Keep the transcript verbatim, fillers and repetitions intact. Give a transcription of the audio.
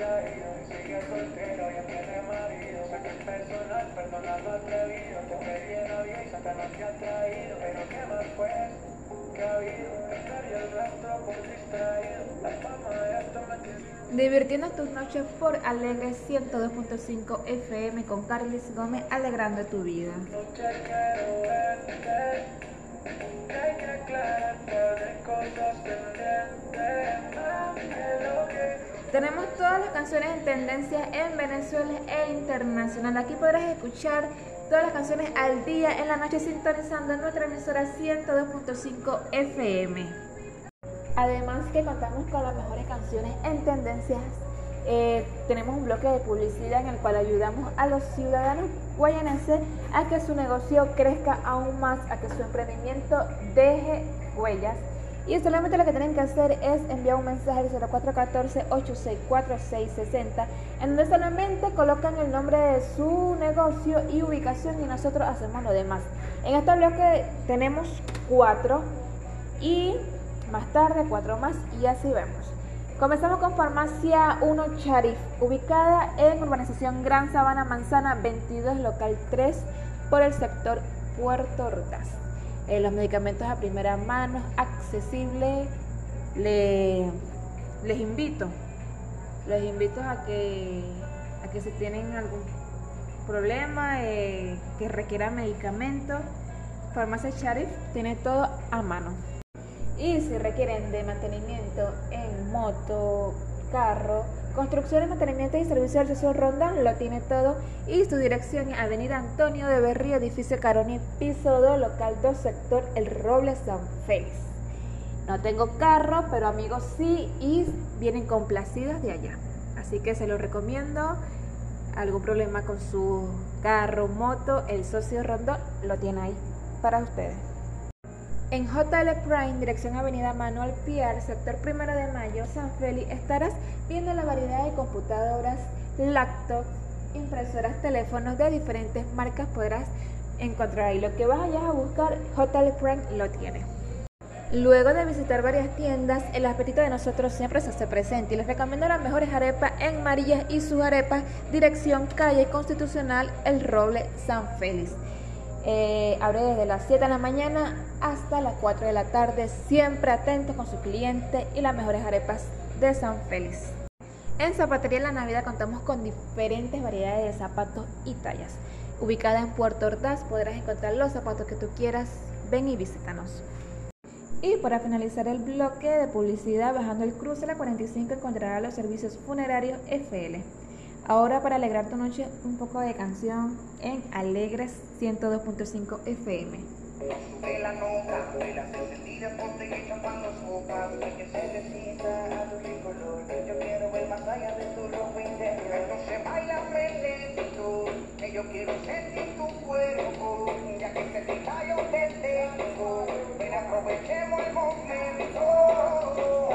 ha ido y sigue soltero, ya tiene marido. Sé que es personal, perdona lo atrevido. Te pedí en la vida y Satanás te ha traído. Pero qué más pues, que ha habido. Perdió el rastro por distraído. La fama de esto me tiene. Divirtiendo tus noches por Alegre ciento dos punto cinco F M con Carlis Gómez, alegrando tu vida. Noche quiero verte, que hay que aclarar par de cosas pendientes. Mami, lo que Tenemos todas las canciones en tendencia en Venezuela e internacional. Aquí podrás escuchar todas las canciones al día en la noche sintonizando nuestra emisora ciento dos punto cinco F M. Además que contamos con las mejores canciones en tendencias. Eh, tenemos un bloque de publicidad en el cual ayudamos a los ciudadanos guayanenses a que su negocio crezca aún más, a que su emprendimiento deje huellas. Y solamente lo que tienen que hacer es enviar un mensaje al cero cuatro uno cuatro, ocho seis cuatro, seis seis cero, en donde solamente colocan el nombre de su negocio y ubicación y nosotros hacemos lo demás. En este bloque tenemos cuatro y más tarde cuatro más y así vemos. Comenzamos con Farmacia uno Charif, ubicada en urbanización Gran Sabana Manzana veintidós, local tres, por el sector Puerto Ordaz. Eh, los medicamentos a primera mano, accesible. Le, les invito, les invito a que, a que si tienen algún problema eh, que requiera medicamentos, Farmacia Charif tiene todo a mano. Y si requieren de mantenimiento en moto, carro, construcciones, mantenimiento y servicio del Cesar Rondán, lo tiene todo. Y su dirección es Avenida Antonio de Berrío, edificio Caroni, piso dos, local dos, sector El Roble, San Félix. No tengo carro, pero amigos sí, y vienen complacidos de allá. Así que se lo recomiendo. Algún problema con su carro, moto, el socio Rondón lo tiene ahí para ustedes. En J L Prime, dirección Avenida Manuel Piar, sector Primero de Mayo, San Félix, estarás viendo la variedad de computadoras, laptops, impresoras, teléfonos de diferentes marcas podrás encontrar ahí. Lo que vayas a buscar, J L Prime lo tiene. Luego de visitar varias tiendas, el apetito de nosotros siempre se hace presente y les recomiendo las mejores arepas en Marillas y sus arepas, dirección Calle Constitucional, El Roble, San Félix. Eh, abre desde las siete de la mañana hasta las cuatro de la tarde, siempre atentos con su cliente y las mejores arepas de San Félix. En Zapatería La Navidad contamos con diferentes variedades de zapatos y tallas. Ubicada en Puerto Ordaz podrás encontrar los zapatos que tú quieras. Ven y visítanos. Y para finalizar el bloque de publicidad, bajando el cruce la cuarenta y cinco encontrarás los servicios funerarios F L. Ahora, para alegrar tu noche, un poco de canción en Alegres ciento dos punto cinco F M. Sube la nota, velas encendidas, botella y champán los copas, que se necesita a tu tricolor. Yo quiero ver más allá de tu ropa interior. No se baila frenetitud, que yo quiero sentir tu